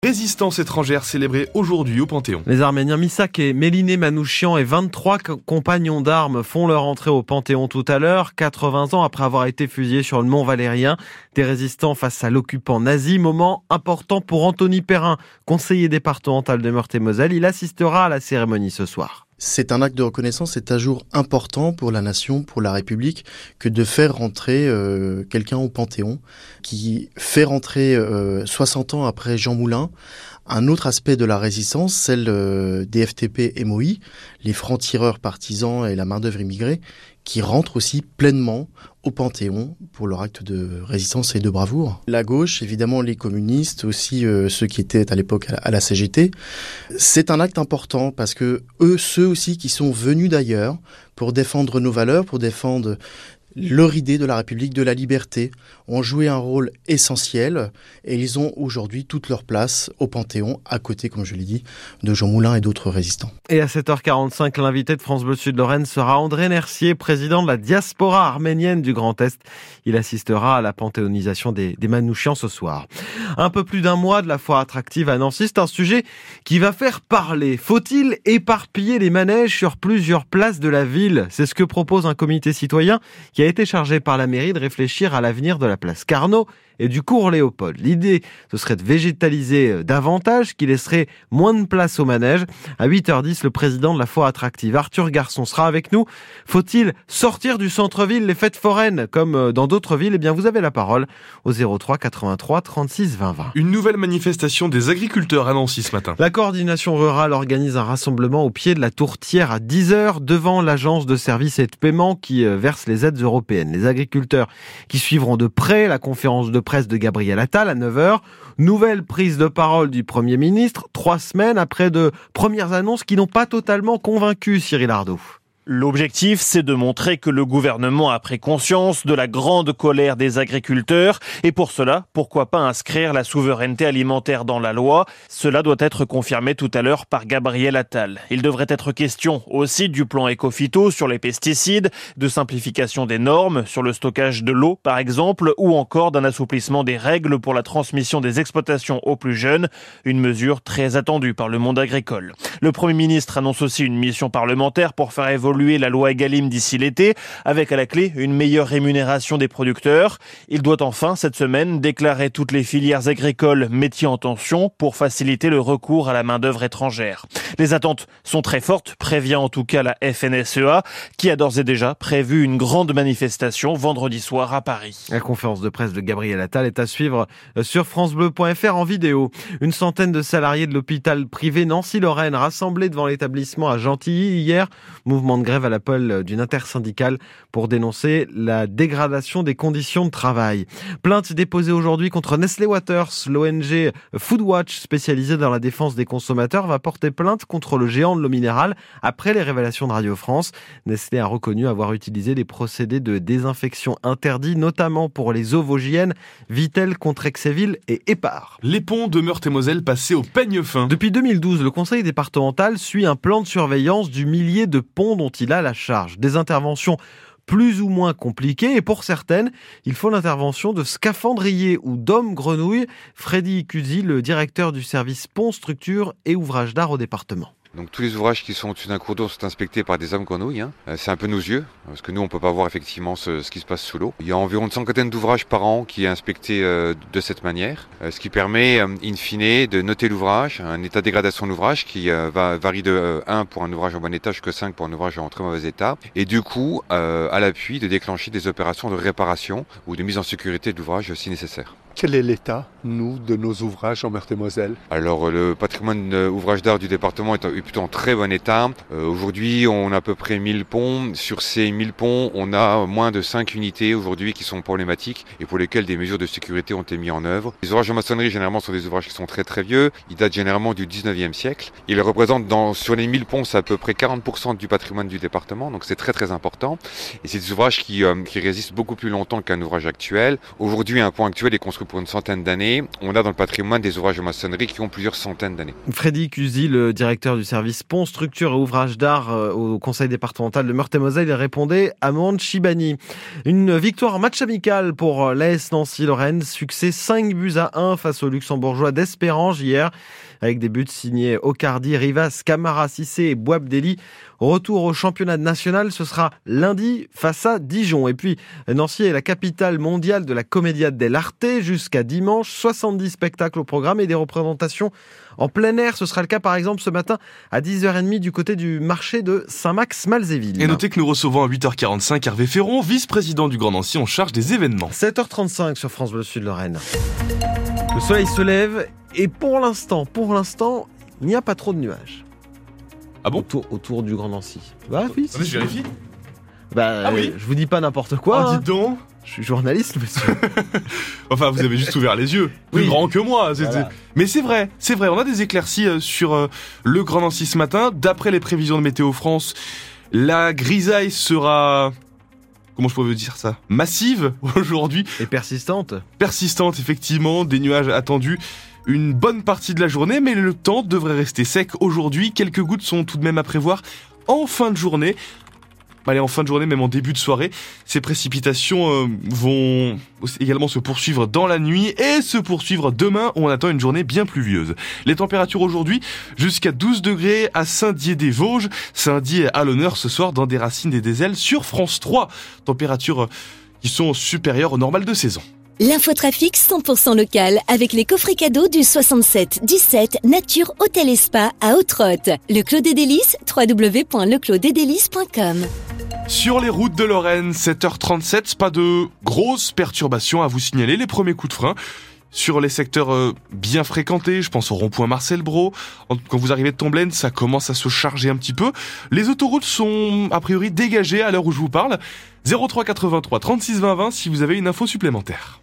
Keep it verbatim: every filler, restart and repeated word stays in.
Résistance étrangère célébrée aujourd'hui au Panthéon. Les Arméniens Missak et Méliné Manouchian et vingt-trois compagnons d'armes font leur entrée au Panthéon tout à l'heure, quatre-vingts ans après avoir été fusillés sur le mont Valérien. Des résistants face à l'occupant nazi, moment important pour Anthony Perrin, conseiller départemental de Meurthe-et-Moselle. Il assistera à la cérémonie ce soir. C'est un acte de reconnaissance, c'est un jour important pour la nation, pour la République, que de faire rentrer euh, quelqu'un au Panthéon, qui fait rentrer euh, soixante ans après Jean Moulin, un autre aspect de la résistance, celle euh, des F T P M O I, les francs-tireurs partisans et la main-d'œuvre immigrée, qui rentrent aussi pleinement au Panthéon pour leur acte de résistance et de bravoure. La gauche, évidemment les communistes, aussi euh, ceux qui étaient à l'époque à la, à la C G T, c'est un acte important parce que eux, ceux aussi qui sont venus d'ailleurs pour défendre nos valeurs, pour défendre leur idée de la République, de la liberté, ont joué un rôle essentiel et ils ont aujourd'hui toute leur place au Panthéon, à côté, comme je l'ai dit, de Jean Moulin et d'autres résistants. Et à sept heures quarante-cinq, l'invité de France Bleu Sud-Lorraine sera André Nercier, président de la diaspora arménienne du Grand Est. Il assistera à la panthéonisation des, des Manouchians ce soir. Un peu plus d'un mois de la foire attractive à Nancy, c'est un sujet qui va faire parler. Faut-il éparpiller les manèges sur plusieurs places de la ville ? C'est ce que propose un comité citoyen qui a été chargé par la mairie de réfléchir à l'avenir de la place Carnot et du cours Léopold. L'idée, ce serait de végétaliser davantage, qui laisserait moins de place au manège. À huit heures dix, le président de la foire attractive, Arthur Garçon, sera avec nous. Faut-il sortir du centre-ville les fêtes foraines, comme dans d'autres villes ? Eh bien, vous avez la parole au zéro trois quatre-vingt-trois trente-six vingt vingt. Une nouvelle manifestation des agriculteurs à Nancy ce matin. La coordination rurale organise un rassemblement au pied de la tourtière à dix heures devant l'agence de services et de paiement qui verse les aides européennes. Les agriculteurs qui suivront de près la conférence de presse de Gabriel Attal à neuf heures. Nouvelle prise de parole du Premier ministre, trois semaines après de premières annonces qui n'ont pas totalement convaincu Cyril Ardo. L'objectif, c'est de montrer que le gouvernement a pris conscience de la grande colère des agriculteurs et pour cela, pourquoi pas inscrire la souveraineté alimentaire dans la loi ? Cela doit être confirmé tout à l'heure par Gabriel Attal. Il devrait être question aussi du plan Écophyto sur les pesticides, de simplification des normes sur le stockage de l'eau par exemple, ou encore d'un assouplissement des règles pour la transmission des exploitations aux plus jeunes, une mesure très attendue par le monde agricole. Le Premier ministre annonce aussi une mission parlementaire pour faire évoluer la loi Egalim d'ici l'été, avec à la clé une meilleure rémunération des producteurs. Il doit enfin, cette semaine, déclarer toutes les filières agricoles métiers en tension pour faciliter le recours à la main-d'œuvre étrangère. Les attentes sont très fortes, prévient en tout cas la F N S E A, qui a d'ores et déjà prévu une grande manifestation vendredi soir à Paris. La conférence de presse de Gabriel Attal est à suivre sur francebleu point f r en vidéo. Une centaine de salariés de l'hôpital privé Nancy-Lorraine rassemblés devant l'établissement à Gentilly hier. Mouvement de grève à l'appel d'une intersyndicale pour dénoncer la dégradation des conditions de travail. Plainte déposée aujourd'hui contre Nestlé Waters. L'O N G Foodwatch, spécialisée dans la défense des consommateurs, va porter plainte contre le géant de l'eau minérale après les révélations de Radio France. Nestlé a reconnu avoir utilisé des procédés de désinfection interdits, notamment pour les eaux vosgiennes, Vittel, Contrexéville et Épar. Les ponts de Meurthe-et-Moselle passés au peigne fin. Depuis deux mille douze, le conseil départemental suit un plan de surveillance du millier de ponts dont il a la charge. Des interventions plus ou moins compliquées et pour certaines, il faut l'intervention de scaphandriers ou d'hommes grenouilles. Freddy Cusi, le directeur du service pont, structure et ouvrages d'art au département. Donc tous les ouvrages qui sont au-dessus d'un cours d'eau sont inspectés par des hommes grenouilles. Hein. C'est un peu nos yeux, parce que nous on peut pas voir effectivement ce, ce qui se passe sous l'eau. Il y a environ une cinquantaine d'ouvrages par an qui est inspecté euh, de cette manière, euh, ce qui permet euh, in fine de noter l'ouvrage, un état de dégradation de l'ouvrage qui euh, va, varie de euh, un pour un ouvrage en bon état jusqu'à cinq pour un ouvrage en très mauvais état, et du coup euh, à l'appui de déclencher des opérations de réparation ou de mise en sécurité de l'ouvrage si nécessaire. Quel est l'état, nous, de nos ouvrages en Meurthe-et-Moselle ? Alors le patrimoine euh, ouvrage d'art du département est plutôt en très bon état. Euh, aujourd'hui, on a à peu près mille ponts. Sur ces mille ponts, on a moins de cinq unités aujourd'hui qui sont problématiques et pour lesquelles des mesures de sécurité ont été mises en œuvre. Les ouvrages en maçonnerie, généralement, sont des ouvrages qui sont très très vieux. Ils datent généralement du dix-neuvième siècle. Ils représentent dans, sur les mille ponts, c'est à peu près quarante pour cent du patrimoine du département, donc c'est très très important. Et c'est des ouvrages qui, euh, qui résistent beaucoup plus longtemps qu'un ouvrage actuel. Aujourd'hui, un pont actuel est construit construit pour une centaine d'années. On a dans le patrimoine des ouvrages de maçonnerie qui ont plusieurs centaines d'années. Freddy Cusy, le directeur du service Pont, Structure et Ouvrages d'Art au conseil départemental de Meurthe-et-Moselle, il répondait à Mohamed Chibani. Une victoire en match amical pour l'A S Nancy-Lorraine. Succès cinq buts à un face aux Luxembourgeois d'Espérange hier, avec des buts signés Ocardi, Rivas, Camara, Cissé et Boabdeli. Retour au championnat national, ce sera lundi face à Dijon. Et puis, Nancy est la capitale mondiale de la Commedia dell'arte jusqu'à dimanche. soixante-dix spectacles au programme et des représentations en plein air. Ce sera le cas, par exemple, ce matin à dix heures trente du côté du marché de Saint-Max-Malzéville. Et notez que nous recevons à huit heures quarante-cinq Hervé Ferron, vice-président du Grand Nancy en charge des événements. sept heures trente-cinq sur France Bleu Sud Lorraine. Le soleil se lève et pour l'instant, pour l'instant, il n'y a pas trop de nuages. Ah bon ? Autour, autour du Grand Nancy. Bah oui. Attendez, je vérifie. Bah, Ah oui. je vous dis pas n'importe quoi. Oh, hein. dites donc. Je suis journaliste, monsieur. Enfin, vous avez juste ouvert les yeux. Plus Oui. grand que moi. c'est- Voilà. Mais c'est vrai, c'est vrai. On a des éclaircies euh, sur euh, le Grand Nancy ce matin. D'après les prévisions de Météo France, la grisaille sera... Comment je pourrais dire ça ? Massive aujourd'hui. Et persistante. Persistante, effectivement. Des nuages attendus une bonne partie de la journée, mais le temps devrait rester sec aujourd'hui. Quelques gouttes sont tout de même à prévoir en fin de journée. Allez, en fin de journée, même en début de soirée. Ces précipitations euh, vont également se poursuivre dans la nuit et se poursuivre demain où on attend une journée bien pluvieuse. Les températures aujourd'hui, jusqu'à douze degrés à Saint-Dié-des-Vosges. Saint-Dié à l'honneur ce soir dans des Racines et des Ailes sur France trois. Températures qui sont supérieures au normal de saison. L'infotrafic cent pour cent local avec les coffrets cadeaux du soixante-sept dix-sept Nature Hôtel et Spa à Haute-Rotte. Le Clos des Délices, w w w point le clos des délices point com. Sur les routes de Lorraine, sept heures trente-sept, pas de grosses perturbations à vous signaler. Les premiers coups de frein sur les secteurs euh, bien fréquentés, je pense au rond-point Marcel Brault. Quand vous arrivez de Tomblaine, ça commence à se charger un petit peu. Les autoroutes sont a priori dégagées à l'heure où je vous parle. zéro trois quatre-vingt-trois trente-six vingt vingt si vous avez une info supplémentaire.